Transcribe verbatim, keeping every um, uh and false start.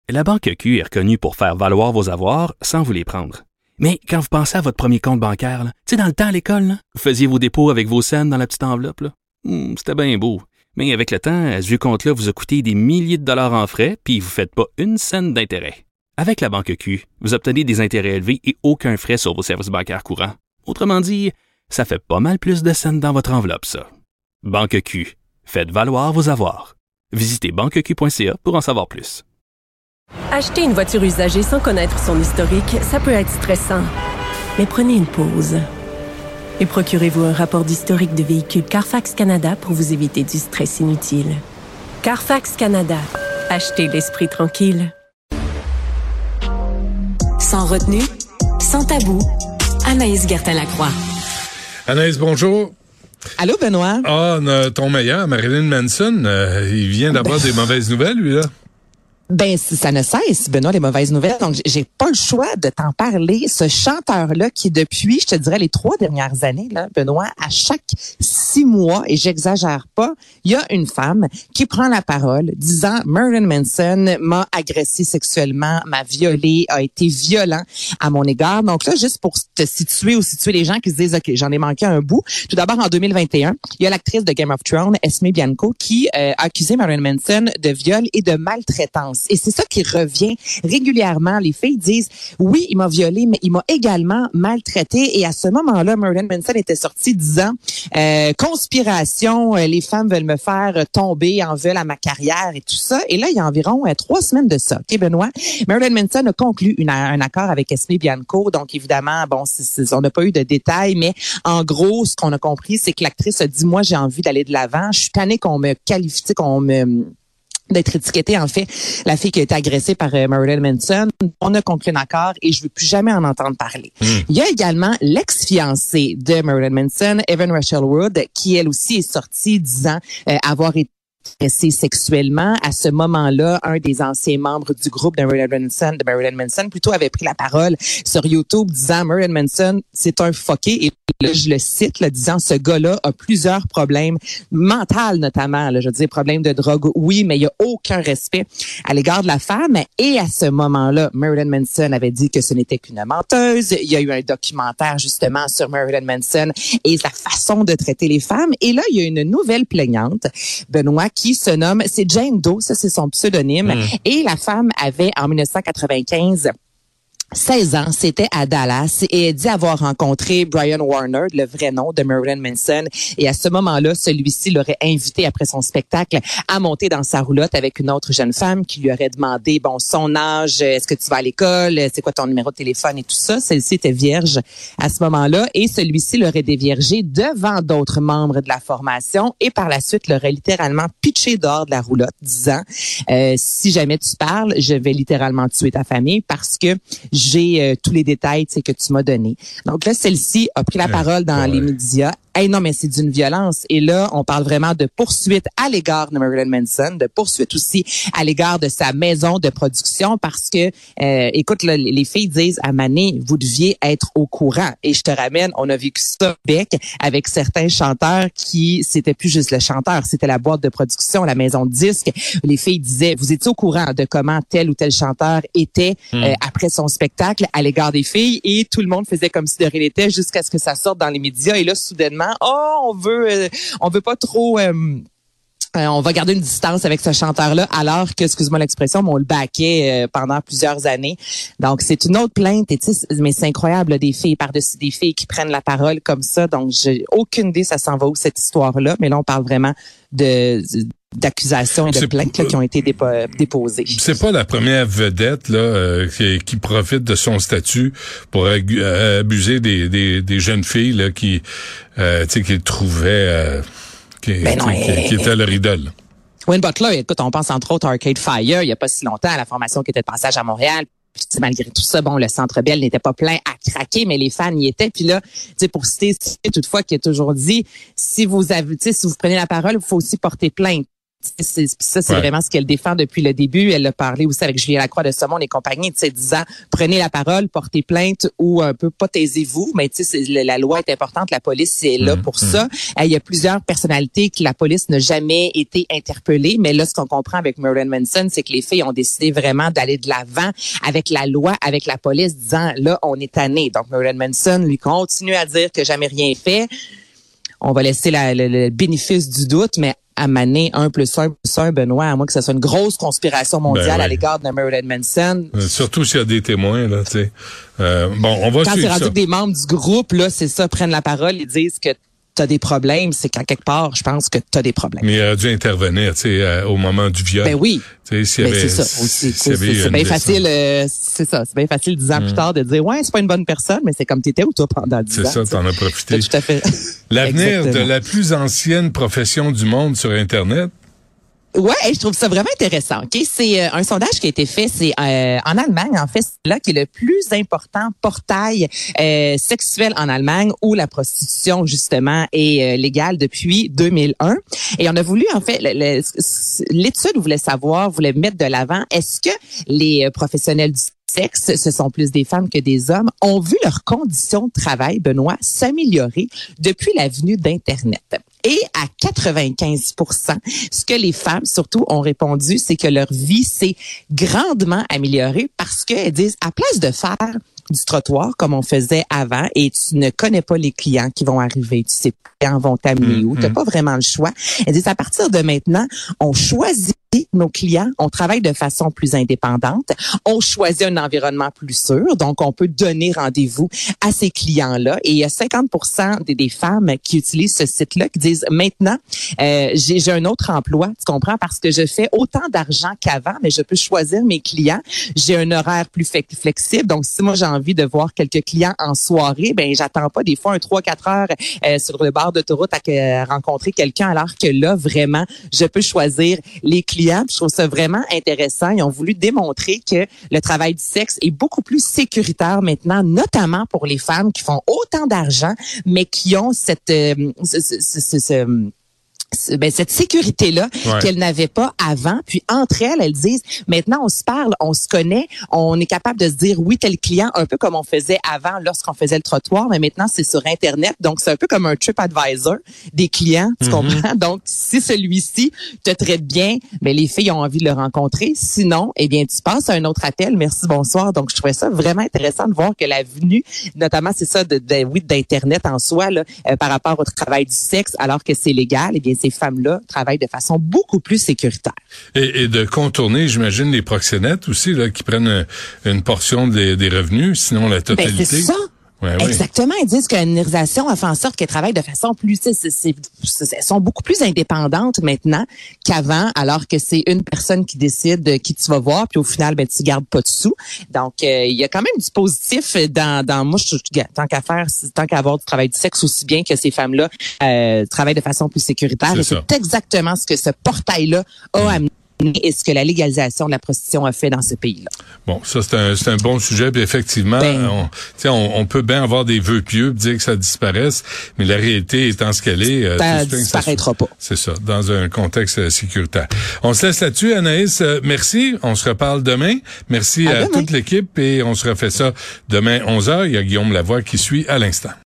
La Banque Q est reconnue pour faire valoir vos avoirs sans vous les prendre. Mais quand vous pensez à votre premier compte bancaire, tu sais, dans le temps à l'école, là, vous faisiez vos dépôts avec vos scènes dans la petite enveloppe. Là. Hum, c'était bien beau. Mais avec le temps, ce vieux compte-là vous a coûté des milliers de dollars en frais, puis vous ne faites pas une scène d'intérêt. Avec la Banque Q, vous obtenez des intérêts élevés et aucun frais sur vos services bancaires courants. Autrement dit, ça fait pas mal plus de scènes dans votre enveloppe, ça. Banque Q. Faites valoir vos avoirs. Visitez banque q point c a pour en savoir plus. Acheter une voiture usagée sans connaître son historique, ça peut être stressant. Mais prenez une pause. Et procurez-vous un rapport d'historique de véhicule Carfax Canada pour vous éviter du stress inutile. Carfax Canada. Achetez l'esprit tranquille. Sans retenue, sans tabou, Anaïs Gertin-Lacroix. Anaïs, bonjour. Allô, Benoît? Ah, ton meilleur, Marilyn Manson, euh, il vient d'avoir ben... des mauvaises nouvelles, lui, là. Ben, ça ne cesse, Benoît, les mauvaises nouvelles. Donc, j'ai pas le choix de t'en parler. Ce chanteur-là qui, depuis, je te dirais, les trois dernières années, là, Benoît, à chaque six mois, et j'exagère pas, il y a une femme qui prend la parole disant Marilyn Manson m'a agressé sexuellement, m'a violé, a été violent à mon égard. Donc là, juste pour te situer ou situer les gens qui se disent, OK, j'en ai manqué un bout. Tout d'abord, en deux mille vingt et un, il y a l'actrice de Game of Thrones, Esme Bianco, qui euh, a accusé Marilyn Manson de viol et de maltraitance. Et c'est ça qui revient régulièrement. Les filles disent, oui, il m'a violée, mais il m'a également maltraitée. Et à ce moment-là, Marilyn Manson était sorti disant, euh, conspiration, euh, les femmes veulent me faire tomber, en veulent à ma carrière et tout ça. Et là, il y a environ euh, trois semaines de ça. OK, Benoît? Marilyn Manson a conclu une, un accord avec Esme Bianco. Donc, évidemment, bon, c'est, c'est, on n'a pas eu de détails, mais en gros, ce qu'on a compris, c'est que l'actrice a dit, moi, j'ai envie d'aller de l'avant. Je suis tannée qu'on me qualifie, qu'on me... d'être étiquetée, en fait, la fille qui a été agressée par euh, Marilyn Manson. On a conclu un accord et je veux plus jamais en entendre parler. Mm. Il y a également l'ex-fiancée de Marilyn Manson, Evan Rachel Wood, qui elle aussi est sortie disant euh, avoir été agressé sexuellement. À ce moment-là, un des anciens membres du groupe de Marilyn Manson, de Marilyn Manson, plutôt avait pris la parole sur YouTube disant Marilyn Manson, c'est un fucké. Et là, je le cite, là, disant ce gars-là a plusieurs problèmes mentaux notamment. Là, je veux dire, problèmes de drogue, oui, mais il y a aucun respect à l'égard de la femme. Et à ce moment-là, Marilyn Manson avait dit que ce n'était qu'une menteuse. Il y a eu un documentaire justement sur Marilyn Manson et sa façon de traiter les femmes. Et là, il y a une nouvelle plaignante, Benoît, qui se nomme, c'est Jane Doe, ça c'est son pseudonyme, mmh. Et la femme avait en dix-neuf cent quatre-vingt-quinze seize ans, c'était à Dallas et elle dit avoir rencontré Brian Warner, le vrai nom de Marilyn Manson. Et à ce moment-là, celui-ci l'aurait invité après son spectacle à monter dans sa roulotte avec une autre jeune femme qui lui aurait demandé, bon, son âge, est-ce que tu vas à l'école, c'est quoi ton numéro de téléphone et tout ça. Celle-ci était vierge à ce moment-là et celui-ci l'aurait déviergé devant d'autres membres de la formation et par la suite l'aurait littéralement pitché dehors de la roulotte disant, euh, si jamais tu parles, je vais littéralement tuer ta famille parce que j'ai euh, tous les détails que tu m'as donnés. Donc là, celle-ci a pris la parole dans ouais. les médias. Hey, non, mais c'est d'une violence. Et là, on parle vraiment de poursuite à l'égard de Marilyn Manson, de poursuite aussi à l'égard de sa maison de production parce que, euh, écoute, là, les filles disent à Mané, vous deviez être au courant. Et je te ramène, on a vécu ça bec avec certains chanteurs qui, c'était plus juste le chanteur, c'était la boîte de production, la maison de disques. Les filles disaient, vous étiez au courant de comment tel ou tel chanteur était mm. euh, après son spectacle à l'égard des filles et tout le monde faisait comme si de rien n'était jusqu'à ce que ça sorte dans les médias. Et là, soudainement, oh, on veut, euh, on veut pas trop. Euh, euh, on va garder une distance avec ce chanteur-là, alors que, excuse-moi l'expression, mais on le baquait euh, pendant plusieurs années. Donc c'est une autre plainte. Et tu sais, mais c'est incroyable là, des filles par-dessus des filles qui prennent la parole comme ça. Donc j'ai aucune idée ça s'en va où cette histoire-là. Mais là, on parle vraiment de, de d'accusations et de c'est plaintes là, qui ont été dépo- déposées. C'est pas la première vedette là euh, qui, qui profite de son statut pour agu- abuser des, des, des jeunes filles là qui euh, tu sais qui trouvaient euh, qui, ben non, qui, et, qui, qui étaient leur idole. Wayne Butler, écoute, on pense entre autres à Arcade Fire, il y a pas si longtemps à la formation qui était de passage à Montréal. Puis, malgré tout ça, bon, le Centre Bell n'était pas plein à craquer, mais les fans y étaient. Puis là, tu sais, pour citer toutefois qui a toujours dit, si vous avez, tu sais, si vous prenez la parole, il faut aussi porter plainte. C'est, ça, c'est ouais. vraiment ce qu'elle défend depuis le début. Elle a parlé aussi avec Julien Lacroix de Saumon et compagnie, tu sais, disant, prenez la parole, portez plainte ou un peu, pas taisez-vous, mais tu sais, la loi est importante, la police est là mmh, pour mmh. ça. Il y a plusieurs personnalités que la police n'a jamais été interpellée, mais là, ce qu'on comprend avec Marilyn Manson, c'est que les filles ont décidé vraiment d'aller de l'avant avec la loi, avec la police, disant, là, on est tanné. Donc, Marilyn Manson, lui, continue à dire que jamais rien fait. On va laisser la, le, le bénéfice du doute, mais à maner un plus un plus un, Benoît, à moins que ce soit une grosse conspiration mondiale ben ouais. à l'égard de Marilyn Manson. Euh, surtout s'il y a des témoins, là, tu sais. Euh, bon, on va Quand suivre c'est rendu ça. que des membres du groupe, là, c'est ça, prennent la parole et disent que t'as des problèmes, c'est qu'à quelque part, je pense que t'as des problèmes. Mais il a dû intervenir, tu sais, euh, au moment du viol. Ben oui. Tu sais, s'il y avait, ben c'est ça aussi. C'est, c'est bien facile, euh, c'est ça, c'est bien facile dix ans mmh. plus tard de dire, ouais, c'est pas une bonne personne, mais c'est comme t'étais ou toi pendant dix ans. C'est ça, t'en as profité. Tout à fait. L'avenir Exactement. de la plus ancienne profession du monde sur Internet. Ouais, je trouve ça vraiment intéressant. Ok, c'est euh, un sondage qui a été fait, c'est euh, en Allemagne en fait, c'est là qui est le plus important portail euh, sexuel en Allemagne où la prostitution justement est euh, légale depuis deux mille un. Et on a voulu en fait, le, le, l'étude voulait savoir, voulait mettre de l'avant, est-ce que les professionnels du sexe, ce sont plus des femmes que des hommes, ont vu leurs conditions de travail, Benoît, s'améliorer depuis la venue d'Internet. Et à quatre-vingt-quinze pour cent, ce que les femmes, surtout, ont répondu, c'est que leur vie s'est grandement améliorée parce qu'elles disent, à place de faire du trottoir comme on faisait avant et tu ne connais pas les clients qui vont arriver, tu sais pas quand vont t'amener mmh, où, t'as mmh. pas vraiment le choix. Elles disent, à partir de maintenant, on choisit nos clients, on travaille de façon plus indépendante, on choisit un environnement plus sûr, donc on peut donner rendez-vous à ces clients-là. Et il y a cinquante pour cent des, des femmes qui utilisent ce site-là qui disent maintenant, euh, j'ai, j'ai un autre emploi, tu comprends, parce que je fais autant d'argent qu'avant, mais je peux choisir mes clients. J'ai un horaire plus flexible, donc si moi j'ai envie de voir quelques clients en soirée, ben j'attends pas des fois un trois quatre heures euh, sur le bord d'autoroute à que, rencontrer quelqu'un, alors que là vraiment, je peux choisir les clients. Je trouve ça vraiment intéressant. Ils ont voulu démontrer que le travail du sexe est beaucoup plus sécuritaire maintenant, notamment pour les femmes qui font autant d'argent, mais qui ont cette euh, ce, ce, ce, ce Ben, cette sécurité-là ouais. qu'elles n'avaient pas avant. Puis entre elles, elles disent, maintenant on se parle, on se connaît, on est capable de se dire oui, tel client, un peu comme on faisait avant lorsqu'on faisait le trottoir, mais maintenant c'est sur Internet. Donc c'est un peu comme un TripAdvisor des clients, tu mm-hmm. comprends? Donc si celui-ci te traite bien, ben les filles ont envie de le rencontrer. Sinon, eh bien tu passes à un autre appel. Merci, bonsoir. Donc je trouvais ça vraiment intéressant de voir que la venue, notamment c'est ça, de, de oui, d'Internet en soi, là, euh, par rapport au travail du sexe, alors que c'est légal, eh bien ces femmes-là travaillent de façon beaucoup plus sécuritaire. Et, et de contourner, j'imagine, les proxénètes aussi, là, qui prennent une, une portion des, des revenus, sinon la totalité. Ben, c'est ça. Ouais, Exactement. Ils disent que la numérisation a fait en sorte qu'elles travaillent de façon plus, c'est, c'est, c'est, elles sont beaucoup plus indépendantes maintenant qu'avant, alors que c'est une personne qui décide de qui tu vas voir, puis au final, ben tu gardes pas de sous. Donc, euh, il y a quand même du positif dans, dans moi, je, tant qu'à faire, tant qu'à avoir du travail du sexe, aussi bien que ces femmes-là euh, travaillent de façon plus sécuritaire. C'est, et c'est exactement ce que ce portail-là a mmh. amené. Et ce que la légalisation de la prostitution a fait dans ce pays-là. Bon, ça, c'est un, c'est un bon sujet. Puis effectivement, ben, on, on, on peut bien avoir des vœux pieux, dire que ça disparaisse, mais la réalité étant ce qu'elle est... Ça ne disparaîtra pas. C'est ça, dans un contexte sécuritaire. On se laisse là-dessus, Anaïs. Merci. On se reparle demain. Merci à, à demain. toute l'équipe et on se refait ça demain onze heures. Il y a Guillaume Lavoie qui suit à l'instant.